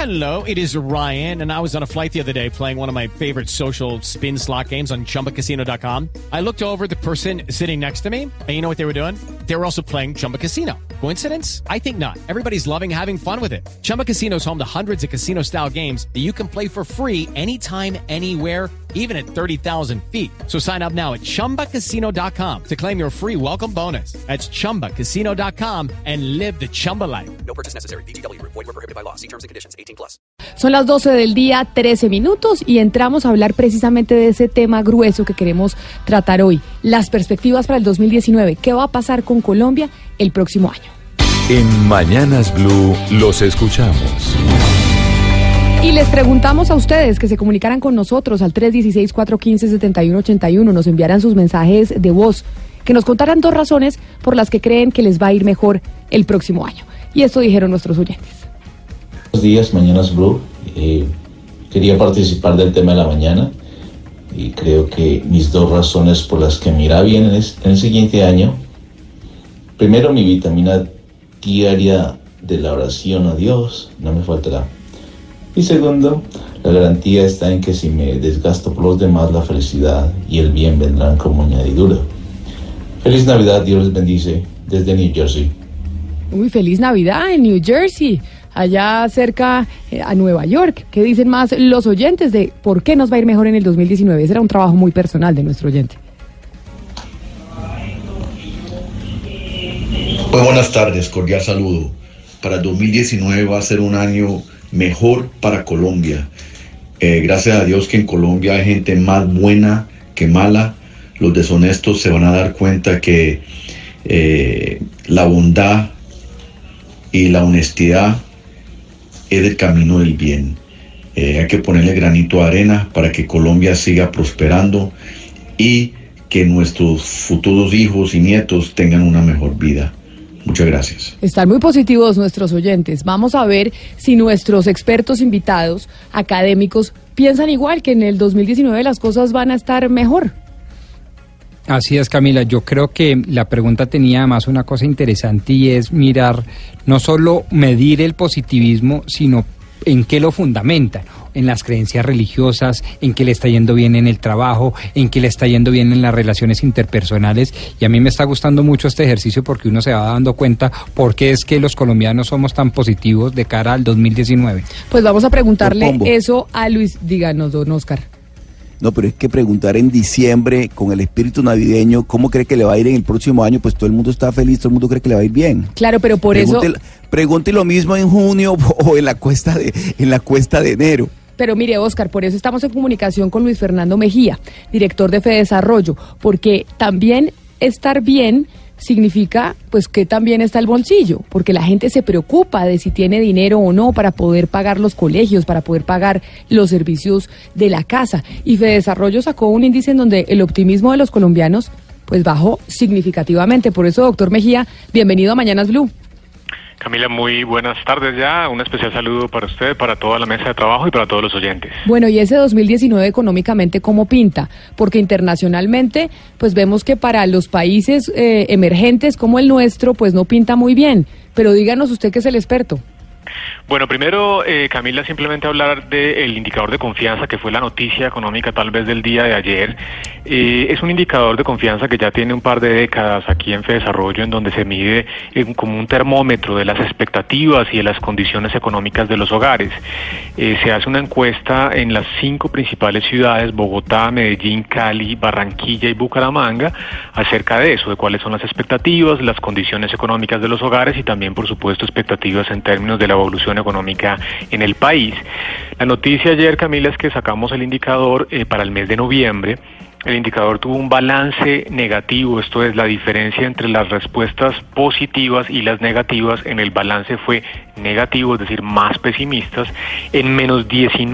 Hello, it is Ryan, and I was on a flight the other day playing one of my favorite social spin slot games on ChumbaCasino.com. I looked over at the person sitting next to me, and you know what they were doing? They were also playing Chumba Casino. Coincidence? I think not. Everybody's loving having fun with it. Chumba Casino is home to hundreds of casino-style games that you can play for free anytime, anywhere, even at 30,000 feet. So sign up now at ChumbaCasino.com to claim your free welcome bonus. That's ChumbaCasino.com and live the Chumba life. No purchase necessary. VGW. Void were prohibited by law. See terms and conditions. 18+. Son las 12 del día, 13 minutos, y entramos a hablar precisamente de ese tema grueso que queremos tratar hoy. Las perspectivas para el 2019. ¿Qué va a pasar con Colombia el próximo año? En Mañanas Blue los escuchamos. Y les preguntamos a ustedes que se comunicaran con nosotros al 316-415-7181, nos enviaran sus mensajes de voz, que nos contaran 2 razones por las que creen que les va a ir mejor el próximo año. Y esto dijeron nuestros oyentes. Buenos días, Mañanas Blue. Quería participar del tema de la mañana y creo que mis 2 razones por las que me irá bien en el siguiente año. Primero, mi vitamina diaria de la oración a Dios no me faltará. Y segundo, la garantía está en que si me desgasto por los demás, la felicidad y el bien vendrán como añadidura. Feliz Navidad, Dios les bendice, desde New Jersey. Uy, feliz Navidad en New Jersey, allá cerca a Nueva York. ¿Qué dicen más los oyentes de por qué nos va a ir mejor en el 2019? Ese era un trabajo muy personal de nuestro oyente. Muy buenas tardes, cordial saludo. Para el 2019 va a ser un año mejor para Colombia. Gracias a Dios que en Colombia hay gente más buena que mala. Los deshonestos se van a dar cuenta que la bondad y la honestidad es el camino del bien. Hay que ponerle granito de arena para que Colombia siga prosperando y que nuestros futuros hijos y nietos tengan una mejor vida. Muchas gracias. Están muy positivos nuestros oyentes. Vamos a ver si nuestros expertos invitados, académicos, piensan igual, que en el 2019 las cosas van a estar mejor. Así es, Camila. Yo creo que la pregunta tenía además una cosa interesante y es mirar, no solo medir el positivismo, sino en qué lo fundamentan, en las creencias religiosas, en qué le está yendo bien en el trabajo, en qué le está yendo bien en las relaciones interpersonales. Y a mí me está gustando mucho este ejercicio porque uno se va dando cuenta por qué es que los colombianos somos tan positivos de cara al 2019. Pues vamos a preguntarle eso a Luis. Díganos, don Oscar. No, pero es que preguntar en diciembre con el espíritu navideño, ¿cómo cree que le va a ir en el próximo año? Pues todo el mundo está feliz, todo el mundo cree que le va a ir bien. Claro, pero por Pregunte lo mismo en junio o en la cuesta de enero. Pero mire, Oscar, por eso estamos en comunicación con Luis Fernando Mejía, director de FEDesarrollo, porque también estar bien significa pues que también está el bolsillo, porque la gente se preocupa de si tiene dinero o no para poder pagar los colegios, para poder pagar los servicios de la casa. Y FEDesarrollo sacó un índice en donde el optimismo de los colombianos pues bajó significativamente. Por eso, doctor Mejía, bienvenido a Mañanas Blue. Camila, muy buenas tardes ya. Un especial saludo para usted, para toda la mesa de trabajo y para todos los oyentes. Bueno, y ese 2019 económicamente, ¿cómo pinta? Porque internacionalmente, pues vemos que para los países emergentes como el nuestro, pues no pinta muy bien. Pero díganos usted que es el experto. Bueno, primero, Camila, simplemente hablar del indicador de confianza, que fue la noticia económica tal vez del día de ayer. Es un indicador de confianza que ya tiene un par de décadas aquí en FEDesarrollo, en donde se mide como un termómetro de las expectativas y de las condiciones económicas de los hogares. Se hace una encuesta en las 5 principales ciudades, Bogotá, Medellín, Cali, Barranquilla y Bucaramanga, acerca de eso, de cuáles son las expectativas, las condiciones económicas de los hogares y también, por supuesto, expectativas en términos de la evolución económica en el país. La noticia ayer, Camila, es que sacamos el indicador para el mes de noviembre. El indicador tuvo un balance negativo, esto es, la diferencia entre las respuestas positivas y las negativas en el balance fue negativo, es decir, más pesimistas, en menos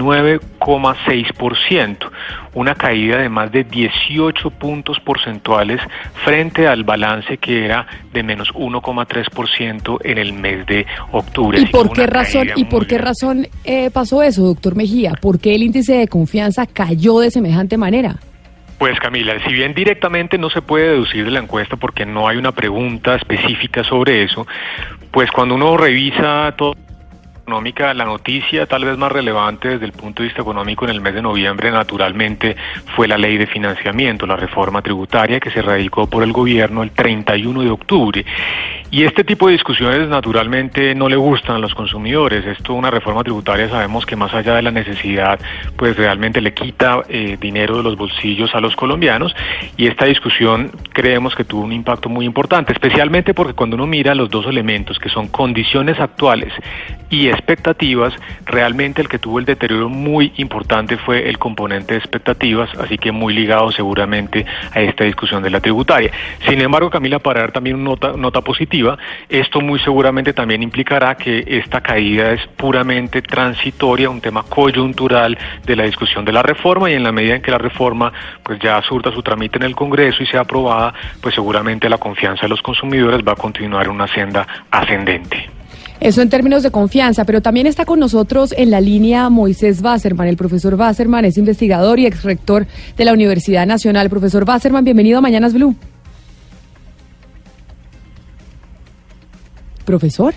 19,6%, una caída de más de 18 puntos porcentuales frente al balance que era de menos 1,3% en el mes de octubre. ¿Y por qué razón pasó eso, doctor Mejía? ¿Por qué el índice de confianza cayó de semejante manera? Pues Camila, si bien directamente no se puede deducir de la encuesta porque no hay una pregunta específica sobre eso, pues cuando uno revisa todo económica, la noticia tal vez más relevante desde el punto de vista económico en el mes de noviembre, naturalmente, fue la ley de financiamiento, la reforma tributaria que se radicó por el gobierno el 31 de octubre. Y este tipo de discusiones naturalmente no le gustan a los consumidores. Esto, una reforma tributaria, sabemos que más allá de la necesidad, pues realmente le quita dinero de los bolsillos a los colombianos, y esta discusión creemos que tuvo un impacto muy importante, especialmente porque cuando uno mira los dos elementos que son condiciones actuales y expectativas, realmente el que tuvo el deterioro muy importante fue el componente de expectativas, así que muy ligado seguramente a esta discusión de la tributaria. Sin embargo, Camila, para dar también una nota positiva, esto muy seguramente también implicará que esta caída es puramente transitoria, un tema coyuntural de la discusión de la reforma, y en la medida en que la reforma pues ya surta su trámite en el Congreso y sea aprobada, pues seguramente la confianza de los consumidores va a continuar en una senda ascendente. Eso en términos de confianza, pero también está con nosotros en la línea Moisés Wasserman. El profesor Wasserman es investigador y exrector de la Universidad Nacional. Profesor Wasserman, bienvenido a Mañanas Blue. ¿Profesor?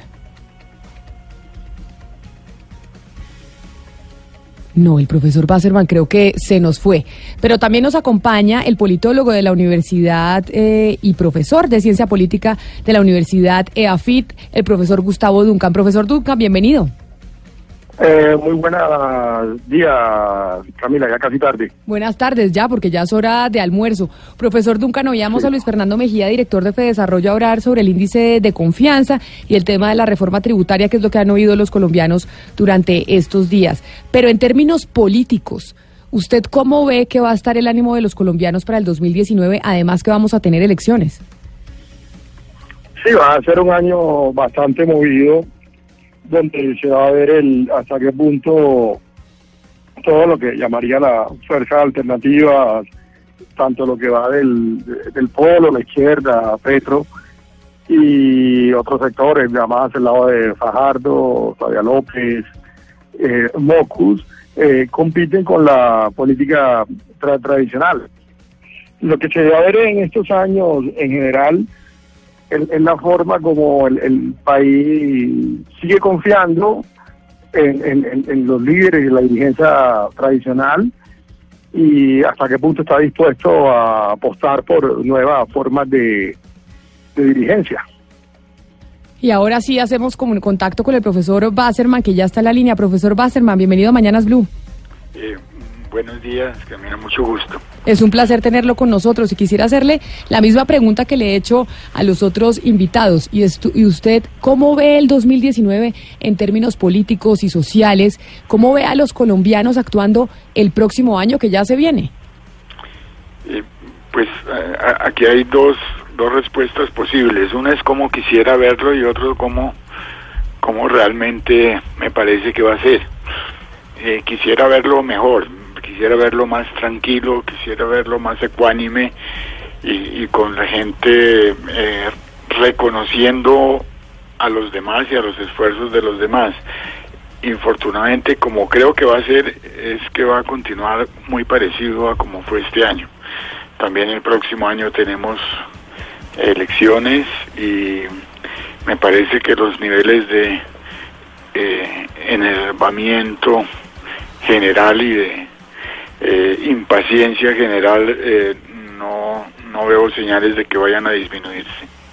No, el profesor Wasserman creo que se nos fue. Pero también nos acompaña el politólogo de la universidad y profesor de ciencia política de la Universidad EAFIT, el profesor Gustavo Duncan. Profesor Duncan, bienvenido. Muy buenos días, Camila, ya casi tarde. Buenas tardes ya, porque ya es hora de almuerzo. Profesor Duncan, oíamos a Luis Fernando Mejía, director de Fedesarrollo, hablar sobre el índice de confianza y el tema de la reforma tributaria, que es lo que han oído los colombianos durante estos días. Pero en términos políticos, ¿usted cómo ve que va a estar el ánimo de los colombianos para el 2019, además que vamos a tener elecciones? Sí, va a ser un año bastante movido, donde se va a ver hasta qué punto todo lo que llamaría la fuerza alternativa, tanto lo que va del polo, la izquierda, Petro, y otros sectores, más el lado de Fajardo, Fabia López, Mocus, compiten con la política tradicional. Lo que se va a ver en estos años en general es la forma como el país sigue confiando en los líderes y la dirigencia tradicional, y hasta qué punto está dispuesto a apostar por nuevas formas de dirigencia. Y ahora sí hacemos como contacto con el profesor Wasserman, que ya está en la línea. Profesor Wasserman, bienvenido a Mañanas Blue. Buenos días, Camila, mucho gusto. Es un placer tenerlo con nosotros, y quisiera hacerle la misma pregunta que le he hecho a los otros invitados. Y usted, ¿cómo ve el 2019 en términos políticos y sociales? ¿Cómo ve a los colombianos actuando el próximo año que ya se viene? Aquí hay dos respuestas posibles. Una es cómo quisiera verlo, y otro cómo realmente me parece que va a ser. Quisiera verlo mejor, quisiera verlo más tranquilo, quisiera verlo más ecuánime, y con la gente reconociendo a los demás y a los esfuerzos de los demás. Infortunadamente, como creo que va a ser, es que va a continuar muy parecido a como fue este año. También el próximo año tenemos elecciones, y me parece que los niveles de enervamiento general y de impaciencia general no veo señales de que vayan a disminuirse.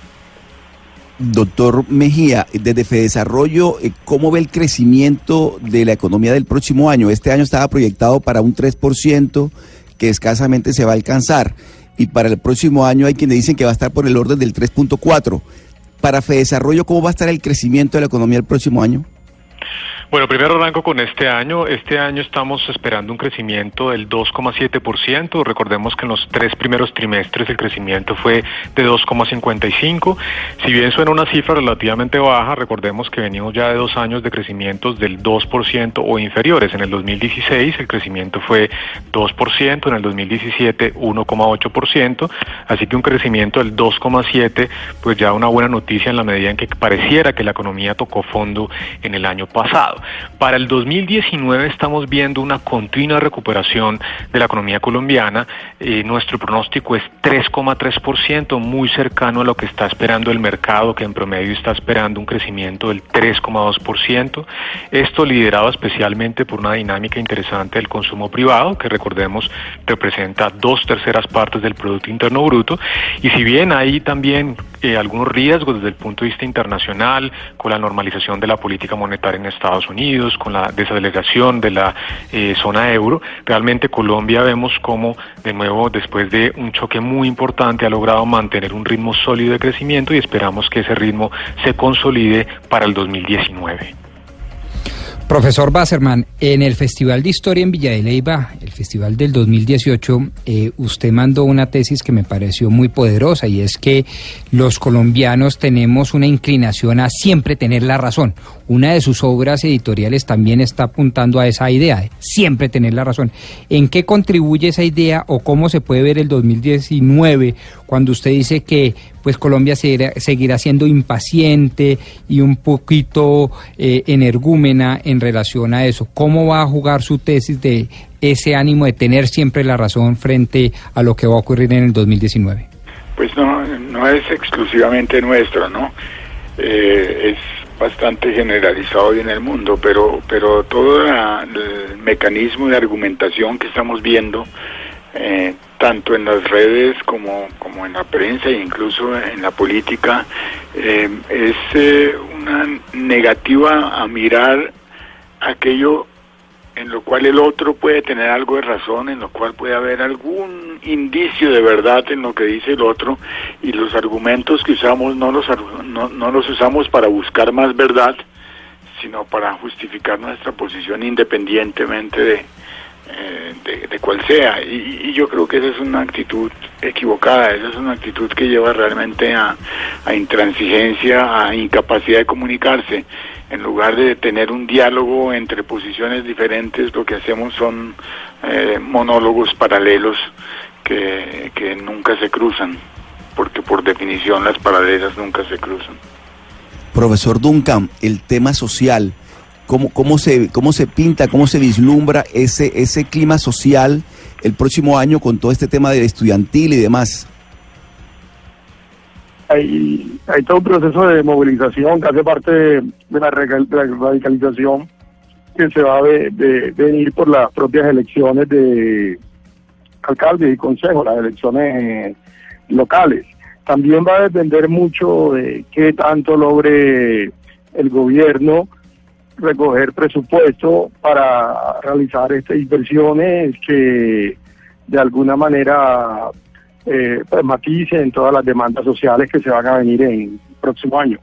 Doctor Mejía, desde Fedesarrollo, ¿cómo ve el crecimiento de la economía del próximo año? Este año estaba proyectado para un 3%, que escasamente se va a alcanzar, y para el próximo año hay quienes dicen que va a estar por el orden del 3.4%. Para Fedesarrollo, ¿cómo va a estar el crecimiento de la economía el próximo año? Bueno, primero arranco con este año. Este año estamos esperando un crecimiento del 2,7%. Recordemos que en los 3 primeros trimestres el crecimiento fue de 2,55%. Si bien suena una cifra relativamente baja, recordemos que venimos ya de 2 años de crecimientos del 2% o inferiores. En el 2016 el crecimiento fue 2%, en el 2017 1,8%, así que un crecimiento del 2,7%, pues ya una buena noticia en la medida en que pareciera que la economía tocó fondo en el año pasado. Para el 2019 estamos viendo una continua recuperación de la economía colombiana. Nuestro pronóstico es 3,3%, muy cercano a lo que está esperando el mercado, que en promedio está esperando un crecimiento del 3,2%. Esto liderado especialmente por una dinámica interesante del consumo privado, que recordemos representa 2/3 partes del Producto Interno Bruto. Y si bien hay también algunos riesgos desde el punto de vista internacional, con la normalización de la política monetaria en Estados Unidos, con la desaceleración de la zona euro, realmente Colombia vemos como, de nuevo, después de un choque muy importante, ha logrado mantener un ritmo sólido de crecimiento y esperamos que ese ritmo se consolide para el 2019. Profesor Wasserman, en el Festival de Historia en Villa de Leyva, el festival del 2018, usted mandó una tesis que me pareció muy poderosa, y es que los colombianos tenemos una inclinación a siempre tener la razón. Una de sus obras editoriales también está apuntando a esa idea, de siempre tener la razón. ¿En qué contribuye esa idea o cómo se puede ver el 2019 cuando usted dice que pues Colombia seguirá siendo impaciente y un poquito energúmena en relación a eso? ¿Cómo va a jugar su tesis de ese ánimo de tener siempre la razón frente a lo que va a ocurrir en el 2019? Pues no es exclusivamente nuestro, ¿no? Es bastante generalizado hoy en el mundo, pero todo el mecanismo de argumentación que estamos viendo, tanto en las redes como en la prensa e incluso en la política, es una negativa a mirar aquello en lo cual el otro puede tener algo de razón, en lo cual puede haber algún indicio de verdad en lo que dice el otro, y los argumentos que usamos no los usamos para buscar más verdad, sino para justificar nuestra posición independientemente de cuál sea. Y yo creo que esa es una actitud equivocada, esa es una actitud que lleva realmente a intransigencia, a incapacidad de comunicarse. En lugar de tener un diálogo entre posiciones diferentes, lo que hacemos son monólogos paralelos que nunca se cruzan, porque por definición las paralelas nunca se cruzan. Profesor Duncan, el tema social, ¿cómo se pinta, cómo se vislumbra ese clima social el próximo año con todo este tema del estudiantil y demás? Hay todo un proceso de movilización que hace parte de la radicalización que se va a venir por las propias elecciones de alcaldes y consejos, las elecciones locales. También va a depender mucho de qué tanto logre el gobierno recoger presupuesto para realizar estas inversiones que de alguna manera pues maticen todas las demandas sociales que se van a venir en el próximo año.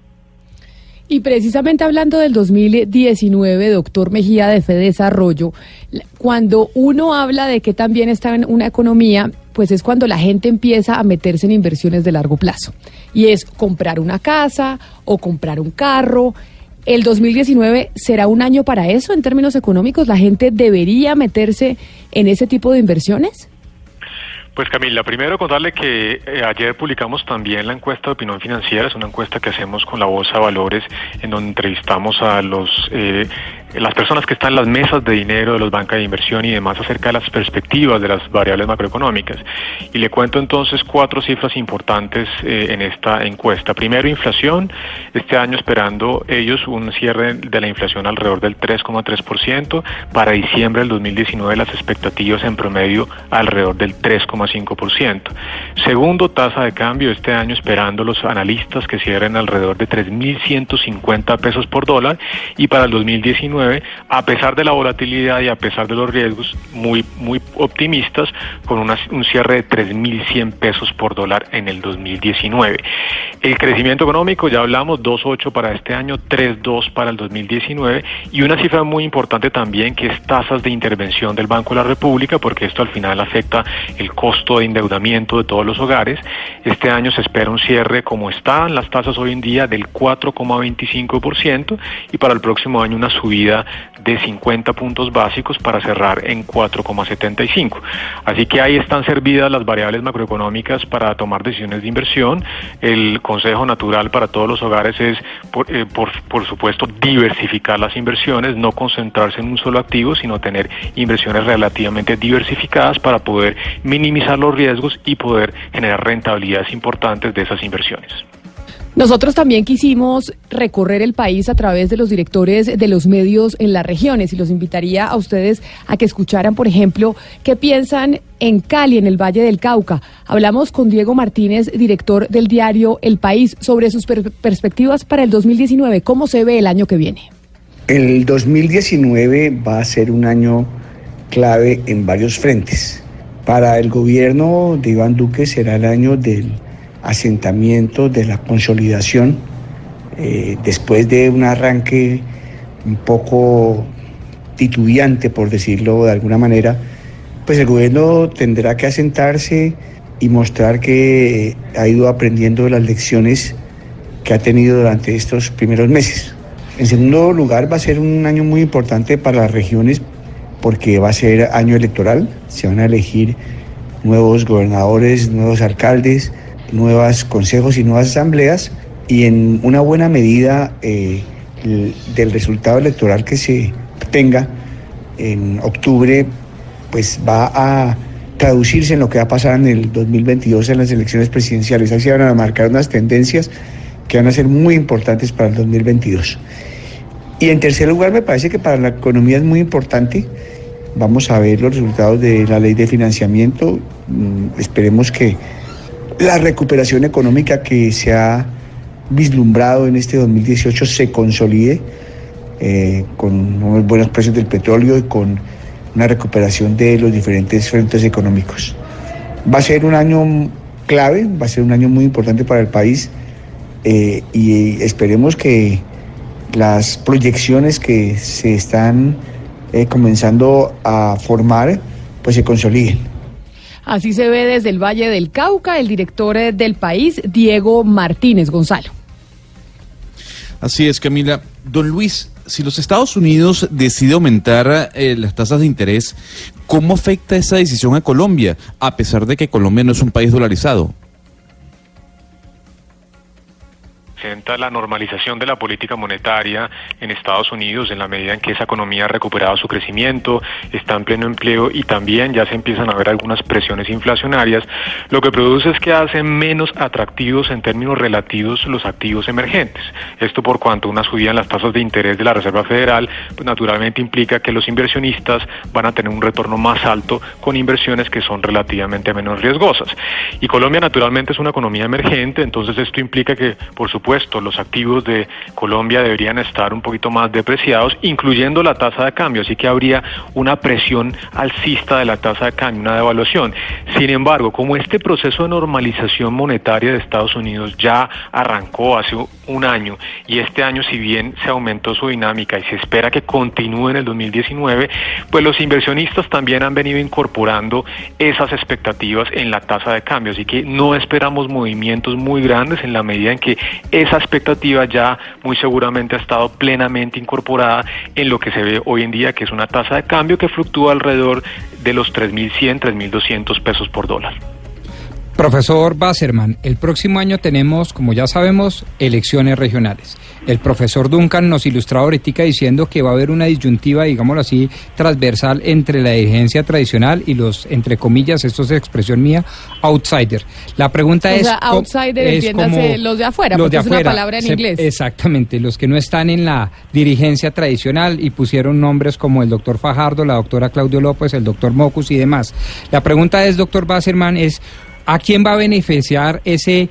Y precisamente hablando del 2019, doctor Mejía de FEDESarrollo, cuando uno habla de que también está en una economía, pues es cuando la gente empieza a meterse en inversiones de largo plazo. Y es comprar una casa o comprar un carro. ¿El 2019 será un año para eso en términos económicos? ¿La gente debería meterse en ese tipo de inversiones? Pues Camila, primero contarle que ayer publicamos también la encuesta de opinión financiera. Es una encuesta que hacemos con la Bolsa de Valores, en donde entrevistamos a las personas que están en las mesas de dinero de los bancos de inversión y demás acerca de las perspectivas de las variables macroeconómicas. Y le cuento entonces 4 cifras importantes en esta encuesta. Primero, inflación. Este año esperando ellos un cierre de la inflación alrededor del 3,3%. Para diciembre del 2019 las expectativas en promedio alrededor del 3,5%. Segundo, tasa de cambio. Este año esperando los analistas que cierren alrededor de 3.150 pesos por dólar, y para el 2019, a pesar de la volatilidad y a pesar de los riesgos, muy optimistas, con un cierre de 3.100 pesos por dólar en el 2019. El crecimiento económico, ya hablamos, 2.8 para este año, 3.2 para el 2019, y una cifra muy importante también, que es tasas de intervención del Banco de la República, porque esto al final afecta el costo de endeudamiento de todos los hogares. Este año se espera un cierre, como están las tasas hoy en día, del 4,25%, y para el próximo año una subida de 50 puntos básicos para cerrar en 4,75. Así que ahí están servidas las variables macroeconómicas para tomar decisiones de inversión. El consejo natural para todos los hogares es, por supuesto, diversificar las inversiones, no concentrarse en un solo activo, sino tener inversiones relativamente diversificadas para poder minimizar los riesgos y poder generar rentabilidades importantes de esas inversiones. Nosotros también quisimos recorrer el país a través de los directores de los medios en las regiones y los invitaría a ustedes a que escucharan, por ejemplo, qué piensan en Cali, en el Valle del Cauca. Hablamos con Diego Martínez, director del diario El País, sobre sus perspectivas para el 2019. ¿Cómo se ve el año que viene? El 2019 va a ser un año clave en varios frentes. Para el gobierno de Iván Duque será el año del asentamiento, de la consolidación, después de un arranque un poco titubeante, por decirlo de alguna manera, pues el gobierno tendrá que asentarse y mostrar que ha ido aprendiendo de las lecciones que ha tenido durante estos primeros meses. En segundo lugar, va a ser un año muy importante para las regiones porque va a ser año electoral, se van a elegir nuevos gobernadores, nuevos alcaldes, nuevos consejos y nuevas asambleas, y en una buena medida del resultado electoral que se tenga en octubre, pues va a traducirse en lo que va a pasar en el 2022 en las elecciones presidenciales. Ahí se van a marcar unas tendencias que van a ser muy importantes para el 2022. Y en tercer lugar, me parece que para la economía es muy importante. Vamos a ver los resultados de la ley de financiamiento. Esperemos que la recuperación económica que se ha vislumbrado en este 2018 se consolide con unos buenos precios del petróleo y con una recuperación de los diferentes frentes económicos. Va a ser un año clave, va a ser un año muy importante para el país y esperemos que las proyecciones que se están comenzando a formar pues se consoliden. Así se ve desde el Valle del Cauca el director del País, Diego Martínez. Gonzalo. Así es, Camila. Don Luis, si los Estados Unidos decide aumentar las tasas de interés, ¿cómo afecta esa decisión a Colombia, a pesar de que Colombia no es un país dolarizado? Presenta la normalización de la política monetaria en Estados Unidos en la medida en que esa economía ha recuperado su crecimiento, está en pleno empleo y también ya se empiezan a ver algunas presiones inflacionarias, lo que produce es que hacen menos atractivos en términos relativos los activos emergentes. Esto por cuanto una subida en las tasas de interés de la Reserva Federal, pues naturalmente implica que los inversionistas van a tener un retorno más alto con inversiones que son relativamente menos riesgosas. Y Colombia naturalmente es una economía emergente, entonces esto implica que, por supuesto, los activos de Colombia deberían estar un poquito más depreciados, incluyendo la tasa de cambio, así que habría una presión alcista de la tasa de cambio, una devaluación. Sin embargo, como este proceso de normalización monetaria de Estados Unidos ya arrancó hace un año y este año, si bien se aumentó su dinámica y se espera que continúe en el 2019, pues los inversionistas también han venido incorporando esas expectativas en la tasa de cambio, así que no esperamos movimientos muy grandes en la medida en que esa expectativa ya muy seguramente ha estado plenamente incorporada en lo que se ve hoy en día, que es una tasa de cambio que fluctúa alrededor de los 3.100, 3.200 pesos por dólar. Profesor Wasserman, el próximo año tenemos, como ya sabemos, elecciones regionales. El profesor Duncan nos ilustraba ahorita diciendo que va a haber una disyuntiva, digámoslo así, transversal entre la dirigencia tradicional y los, entre comillas, esto es expresión mía, outsider. La pregunta es... O sea, outsider, entiéndase, los de afuera, porque es una palabra en inglés. Exactamente, los que no están en la dirigencia tradicional y pusieron nombres como el doctor Fajardo, la doctora Claudio López, el doctor Mocus y demás. La pregunta es, doctor Wasserman, es... ¿a quién va a beneficiar ese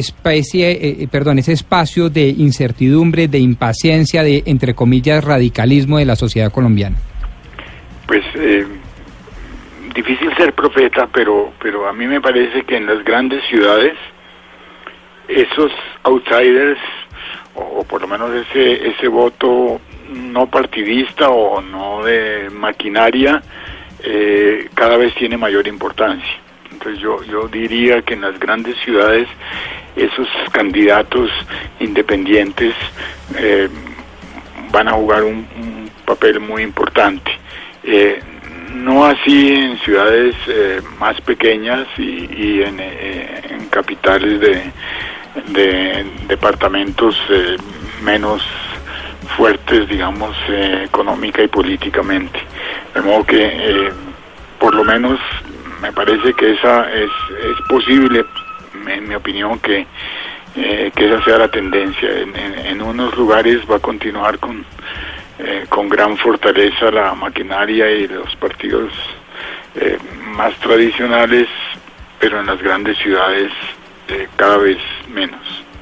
espacio de incertidumbre, de impaciencia, de, entre comillas, radicalismo de la sociedad colombiana? Pues difícil ser profeta, pero a mí me parece que en las grandes ciudades esos outsiders, o por lo menos ese voto no partidista o no de maquinaria, cada vez tiene mayor importancia. Entonces yo diría que en las grandes ciudades esos candidatos independientes van a jugar un papel muy importante. No así en ciudades más pequeñas y en capitales de departamentos menos fuertes, digamos, económica y políticamente. De modo que, por lo menos, me parece que esa es posible, en mi opinión, que esa sea la tendencia. En unos lugares va a continuar con gran fortaleza la maquinaria y los partidos más tradicionales, pero en las grandes ciudades cada vez menos.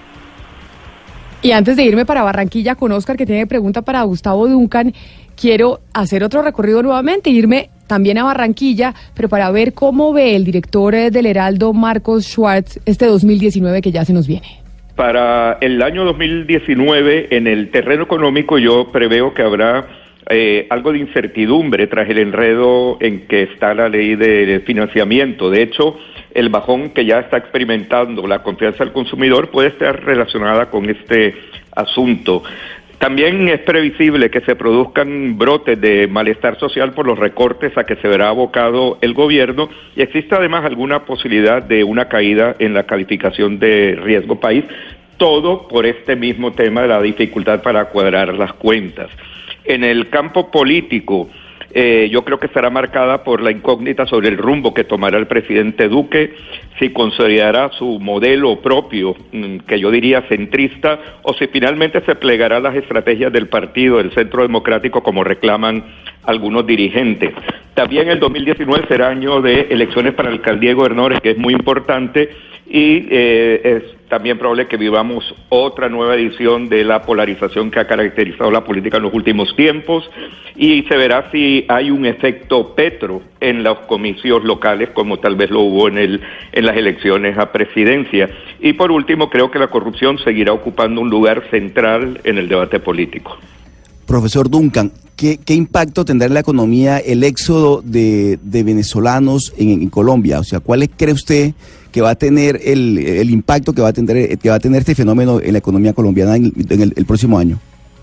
Y antes de irme para Barranquilla con Oscar, que tiene pregunta para Gustavo Duncan, quiero hacer otro recorrido nuevamente, irme también a Barranquilla, pero para ver cómo ve el director del Heraldo, Marcos Schwartz, este 2019 que ya se nos viene. Para el año 2019, en el terreno económico, yo preveo que habrá algo de incertidumbre tras el enredo en que está la ley de financiamiento. De hecho, el bajón que ya está experimentando la confianza del consumidor puede estar relacionada con este asunto. También es previsible que se produzcan brotes de malestar social por los recortes a que se verá abocado el gobierno, y existe además alguna posibilidad de una caída en la calificación de riesgo país, todo por este mismo tema de la dificultad para cuadrar las cuentas. En el campo político, yo creo que estará marcada por la incógnita sobre el rumbo que tomará el presidente Duque, si consolidará su modelo propio, que yo diría centrista, o si finalmente se plegará a las estrategias del partido, del Centro Democrático, como reclaman algunos dirigentes. También el 2019 será año de elecciones para alcaldía y gobernadores, que es muy importante, y es también probable que vivamos otra nueva edición de la polarización que ha caracterizado la política en los últimos tiempos, y se verá si hay un efecto Petro en los comicios locales, como tal vez lo hubo en las elecciones a presidencia. Y por último, creo que la corrupción seguirá ocupando un lugar central en el debate político. Profesor Duncan, ¿qué impacto tendrá en la economía el éxodo de venezolanos en Colombia? O sea, ¿cuál cree usted que va a tener el impacto que va a tener este fenómeno en la economía colombiana en el próximo año?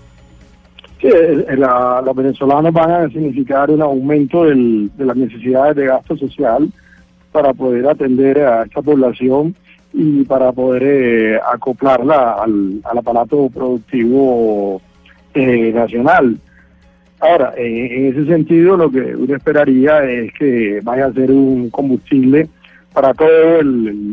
Sí, los venezolanos van a significar un aumento de las necesidades de gasto social para poder atender a esta población y para poder acoplarla al aparato productivo nacional. Ahora, en ese sentido, lo que uno esperaría es que vaya a ser un combustible para todo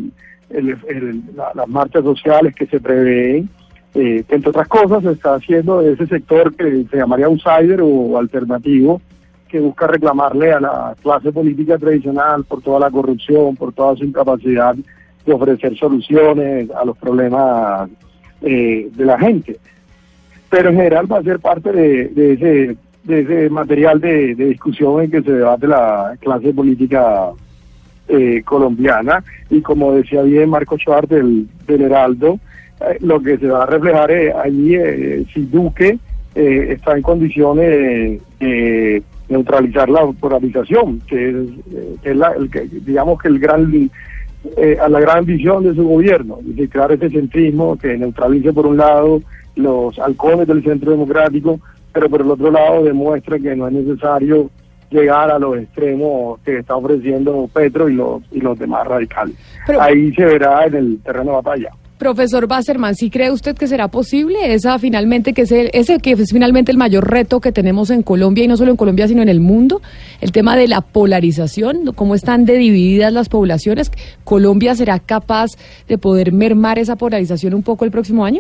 las marchas sociales que se prevén, que entre otras cosas se está haciendo de ese sector que se llamaría outsider o alternativo, que busca reclamarle a la clase política tradicional por toda la corrupción, por toda su incapacidad de ofrecer soluciones a los problemas de la gente. Pero en general va a ser parte de ese material de discusión en que se debate la clase política colombiana, y como decía bien Marcos Schwartz del Heraldo, lo que se va a reflejar allí si Duque está en condiciones de neutralizar la polarización, que es digamos que a la gran visión de su gobierno, de crear ese centrismo que neutralice por un lado los halcones del Centro Democrático, pero por el otro lado demuestra que no es necesario llegar a los extremos que está ofreciendo Petro y los demás radicales. Pero ahí se verá en el terreno de batalla. Profesor Wasserman, ¿sí cree usted que será posible ese que es finalmente el mayor reto que tenemos en Colombia, y no solo en Colombia sino en el mundo? El tema de la polarización, cómo están divididas las poblaciones. ¿Colombia será capaz de poder mermar esa polarización un poco el próximo año?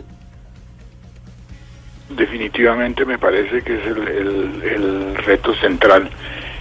Definitivamente me parece que es el reto central.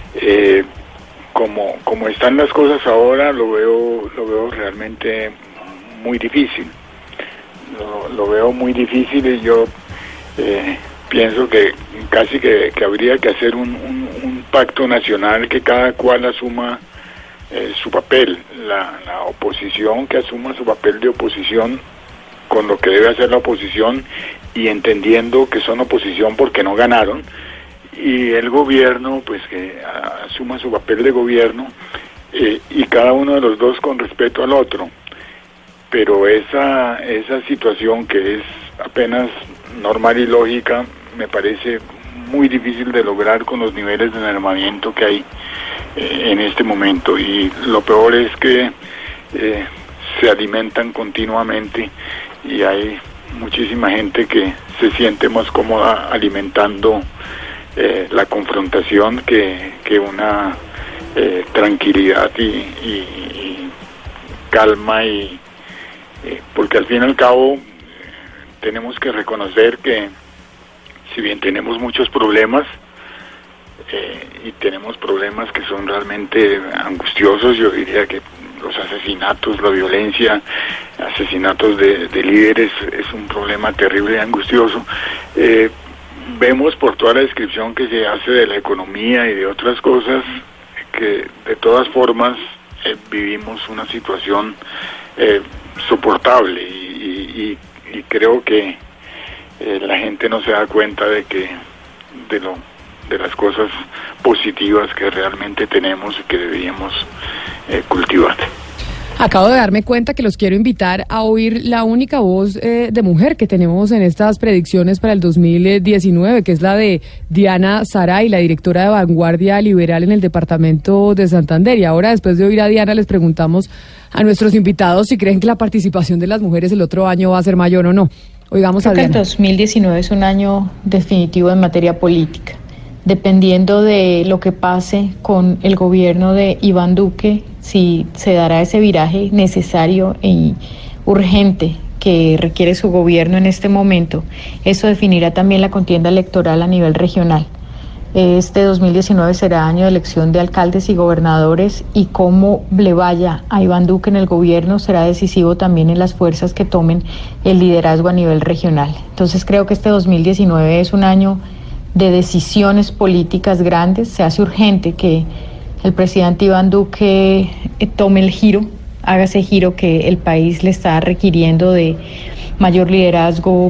Como están las cosas ahora, lo veo realmente muy difícil. Lo veo muy difícil, y yo pienso que casi que habría que hacer un pacto nacional, que cada cual asuma su papel, la oposición que asuma su papel de oposición con lo que debe hacer la oposición, y entendiendo que son oposición porque no ganaron, y el gobierno pues que asuma su papel de gobierno, y cada uno de los dos con respeto al otro. Pero esa situación, que es apenas normal y lógica, me parece muy difícil de lograr con los niveles de mermamiento que hay en este momento, y lo peor es que se alimentan continuamente y hay muchísima gente que se siente más cómoda alimentando la confrontación que una tranquilidad y calma, y porque al fin y al cabo tenemos que reconocer que si bien tenemos muchos problemas y tenemos problemas que son realmente angustiosos, yo diría que los asesinatos, la violencia, asesinatos de líderes es un problema terrible y angustioso. Vemos por toda la descripción que se hace de la economía y de otras cosas que de todas formas vivimos una situación soportable, y creo que la gente no se da cuenta de las cosas positivas que realmente tenemos y que deberíamos cultivar. Acabo de darme cuenta que los quiero invitar a oír la única voz de mujer que tenemos en estas predicciones para el 2019, que es la de Diana Saray, la directora de Vanguardia Liberal en el departamento de Santander. Y ahora, después de oír a Diana, les preguntamos a nuestros invitados si creen que la participación de las mujeres el otro año va a ser mayor o no. Oigamos a Diana. Creo que el 2019 es un año definitivo en materia política. Dependiendo de lo que pase con el gobierno de Iván Duque, si se dará ese viraje necesario y urgente que requiere su gobierno en este momento, eso definirá también la contienda electoral a nivel regional. Este 2019 será año de elección de alcaldes y gobernadores, y cómo le vaya a Iván Duque en el gobierno será decisivo también en las fuerzas que tomen el liderazgo a nivel regional. Entonces creo que este 2019 es un año de decisiones políticas grandes. Se hace urgente que el presidente Iván Duque tome el giro, haga ese giro que el país le está requiriendo, de mayor liderazgo,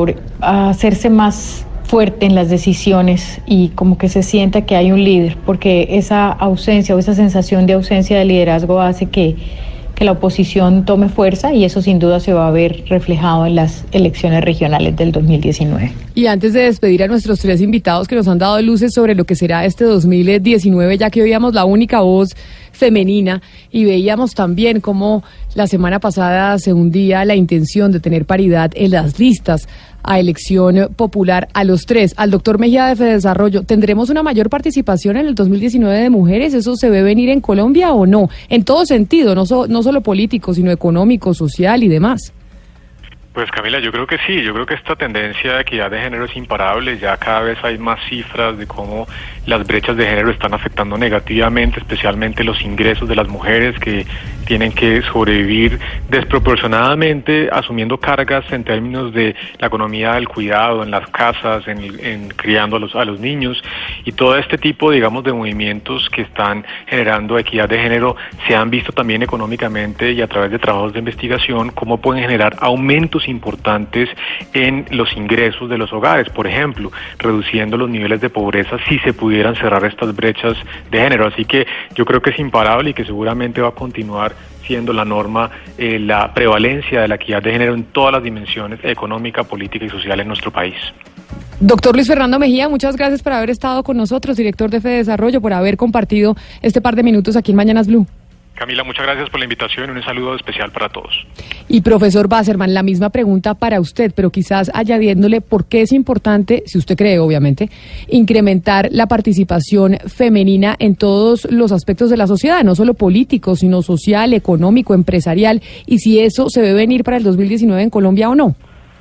hacerse más fuerte en las decisiones, y como que se sienta que hay un líder, porque esa ausencia o esa sensación de ausencia de liderazgo hace que la oposición tome fuerza, y eso sin duda se va a ver reflejado en las elecciones regionales del 2019. Y antes de despedir a nuestros tres invitados que nos han dado luces sobre lo que será este 2019, ya que oíamos la única voz femenina y veíamos también cómo la semana pasada se hundía la intención de tener paridad en las listas a elección popular, a los tres, al doctor Mejía de Fedesarrollo, ¿tendremos una mayor participación en el 2019 de mujeres? ¿Eso se ve venir en Colombia o no? En todo sentido, no solo político, sino económico, social y demás. Pues Camila, yo creo que sí, yo creo que esta tendencia de equidad de género es imparable. Ya cada vez hay más cifras de cómo las brechas de género están afectando negativamente, especialmente los ingresos de las mujeres, que tienen que sobrevivir desproporcionadamente asumiendo cargas en términos de la economía del cuidado, en las casas, en criando a los niños, y todo este tipo, digamos, de movimientos que están generando equidad de género se han visto también económicamente y a través de trabajos de investigación cómo pueden generar aumentos importantes en los ingresos de los hogares, por ejemplo, reduciendo los niveles de pobreza si se pudieran cerrar estas brechas de género. Así que yo creo que es imparable y que seguramente va a continuar siendo la norma, la prevalencia de la equidad de género en todas las dimensiones económica, política y social en nuestro país. Doctor Luis Fernando Mejía, muchas gracias por haber estado con nosotros, director de Fedesarrollo, por haber compartido este par de minutos aquí en Mañanas Blue. Camila, muchas gracias por la invitación y un saludo especial para todos. Y profesor Wasserman, la misma pregunta para usted, pero quizás añadiéndole por qué es importante, si usted cree obviamente, incrementar la participación femenina en todos los aspectos de la sociedad, no solo político, sino social, económico, empresarial, y si eso se ve venir para el 2019 en Colombia o no.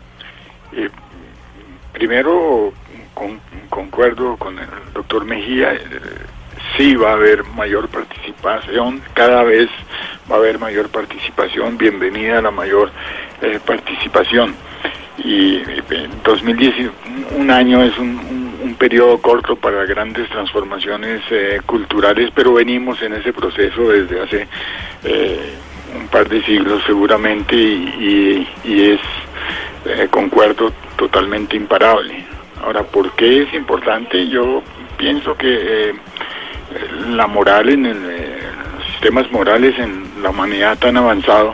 Primero, concuerdo con el doctor Mejía. Sí va a haber mayor participación, cada vez va a haber mayor participación, bienvenida a la mayor participación. Y 2010, un año es un periodo corto para grandes transformaciones culturales, pero venimos en ese proceso desde hace un par de siglos seguramente, y es, concuerdo, totalmente imparable. Ahora, ¿por qué es importante? Yo pienso que la moral los sistemas morales en la humanidad tan avanzado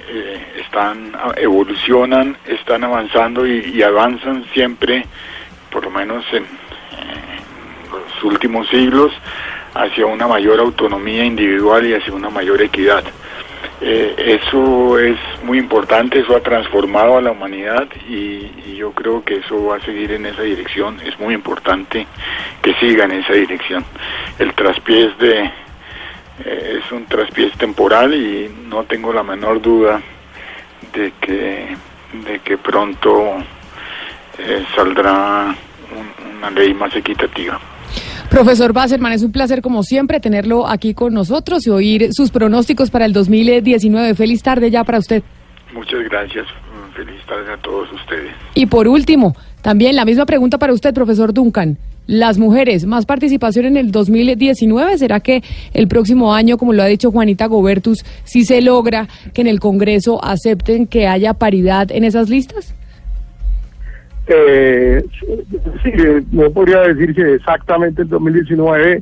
evolucionan, están avanzando y avanzan siempre por lo menos en los últimos siglos, hacia una mayor autonomía individual y hacia una mayor equidad. Eso es muy importante, eso ha transformado a la humanidad y yo creo que eso va a seguir en esa dirección. Es muy importante que siga en esa dirección. El traspiés es un traspiés temporal y no tengo la menor duda de que pronto saldrá una ley más equitativa. Profesor Wasserman, es un placer como siempre tenerlo aquí con nosotros y oír sus pronósticos para el 2019. Feliz tarde ya para usted. Muchas gracias. Feliz tarde a todos ustedes. Y por último, también la misma pregunta para usted, profesor Duncan. Las mujeres, ¿más participación en el 2019? ¿Será que el próximo año, como lo ha dicho Juanita Gobertus, sí se logra que en el Congreso acepten que haya paridad en esas listas? Sí, no podría decir que exactamente el 2019,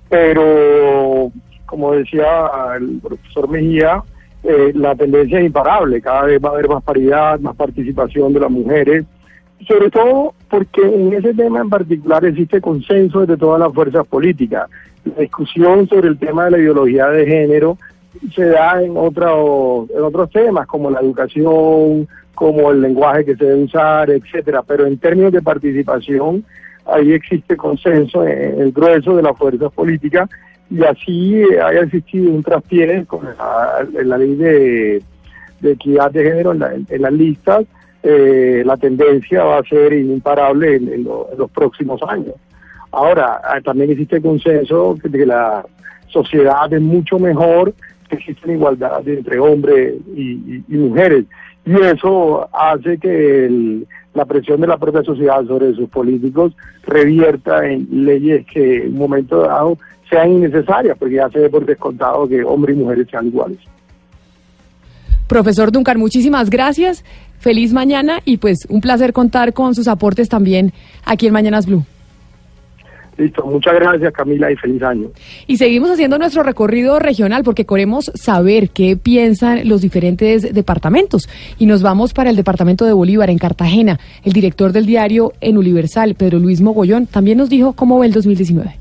pero como decía el profesor Mejía, la tendencia es imparable. Cada vez va a haber más paridad, más participación de las mujeres, sobre todo porque en ese tema en particular existe consenso de todas las fuerzas políticas. La discusión sobre el tema de la ideología de género se da en otros temas, como la educación, como el lenguaje que se debe usar, etcétera, pero en términos de participación, ahí existe consenso en el grueso de las fuerzas políticas, y así haya existido un traspié con la ley de equidad de género en las listas. La tendencia va a ser imparable en los próximos años. Ahora, también existe consenso de que la sociedad es mucho mejor, que existe igualdad entre hombres y mujeres, y eso hace que la presión de la propia sociedad sobre sus políticos revierta en leyes que en un momento dado sean innecesarias, porque ya se ve por descontado que hombres y mujeres sean iguales. Profesor Duncan, muchísimas gracias, feliz mañana y pues un placer contar con sus aportes también aquí en Mañanas Blue. Listo, muchas gracias Camila y feliz año. Y seguimos haciendo nuestro recorrido regional porque queremos saber qué piensan los diferentes departamentos. Y nos vamos para el departamento de Bolívar, en Cartagena. El director del diario En Universal, Pedro Luis Mogollón, también nos dijo cómo ve el 2019.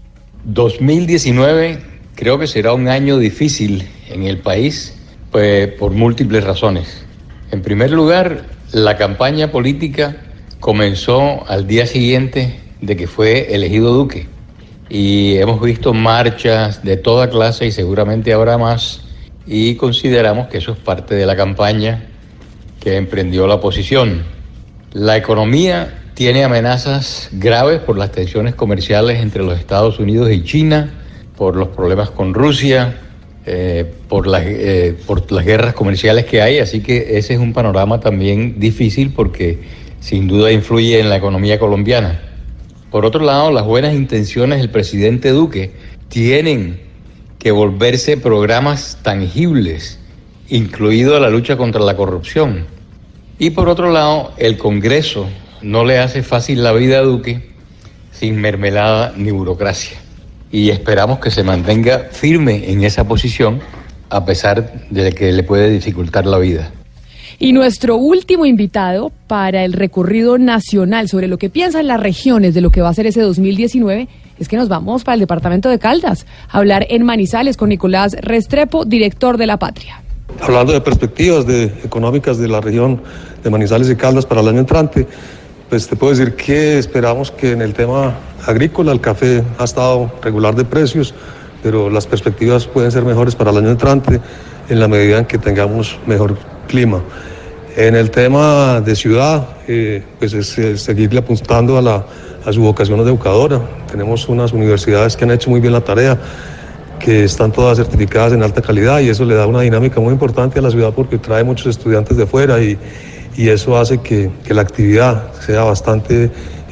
2019 creo que será un año difícil en el país, pues, por múltiples razones. En primer lugar, la campaña política comenzó al día siguiente de que fue elegido Duque, y hemos visto marchas de toda clase y seguramente habrá más, y consideramos que eso es parte de la campaña que emprendió la oposición. La economía tiene amenazas graves por las tensiones comerciales entre los Estados Unidos y China, por los problemas con Rusia, por las guerras comerciales que hay, así que ese es un panorama también difícil porque sin duda influye en la economía colombiana. Por otro lado, las buenas intenciones del presidente Duque tienen que volverse programas tangibles, incluido la lucha contra la corrupción. Y por otro lado, el Congreso no le hace fácil la vida a Duque sin mermelada ni burocracia. Y esperamos que se mantenga firme en esa posición, a pesar de que le puede dificultar la vida. Y nuestro último invitado para el recorrido nacional sobre lo que piensan las regiones de lo que va a ser ese 2019 es que nos vamos para el departamento de Caldas a hablar en Manizales con Nicolás Restrepo, director de La Patria. Hablando de perspectivas económicas de la región de Manizales y Caldas para el año entrante, pues te puedo decir que esperamos que en el tema agrícola el café ha estado regular de precios, pero las perspectivas pueden ser mejores para el año entrante en la medida en que tengamos mejor clima. En el tema de ciudad, pues es seguirle apuntando a su vocación educadora. Tenemos unas universidades que han hecho muy bien la tarea, que están todas certificadas en alta calidad, y eso le da una dinámica muy importante a la ciudad porque trae muchos estudiantes de fuera y eso hace que la actividad sea bastante,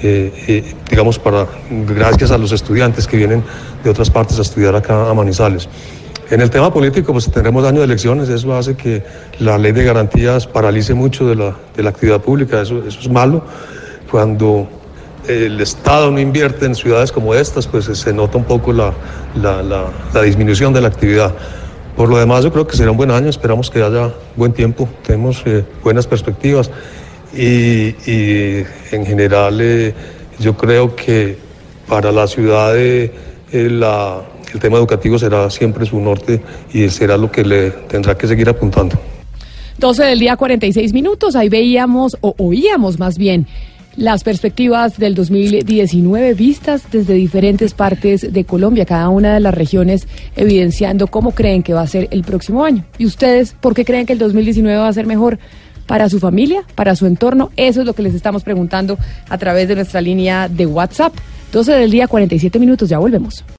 digamos, gracias a los estudiantes que vienen de otras partes a estudiar acá a Manizales. En el tema político, pues tendremos año de elecciones, eso hace que la ley de garantías paralice mucho de la actividad pública, eso es malo. Cuando el Estado no invierte en ciudades como estas, pues se nota un poco la disminución de la actividad. Por lo demás, yo creo que será un buen año, esperamos que haya buen tiempo, tenemos buenas perspectivas y en general Yo creo que para la ciudad el tema educativo será siempre su norte y será lo que le tendrá que seguir apuntando. 12 del día, 46 minutos. Ahí veíamos, o oíamos más bien, las perspectivas del 2019 vistas desde diferentes partes de Colombia, cada una de las regiones evidenciando cómo creen que va a ser el próximo año. ¿Y ustedes por qué creen que el 2019 va a ser mejor para su familia, para su entorno? Eso es lo que les estamos preguntando a través de nuestra línea de WhatsApp. 12 del día, 47 minutos, ya volvemos.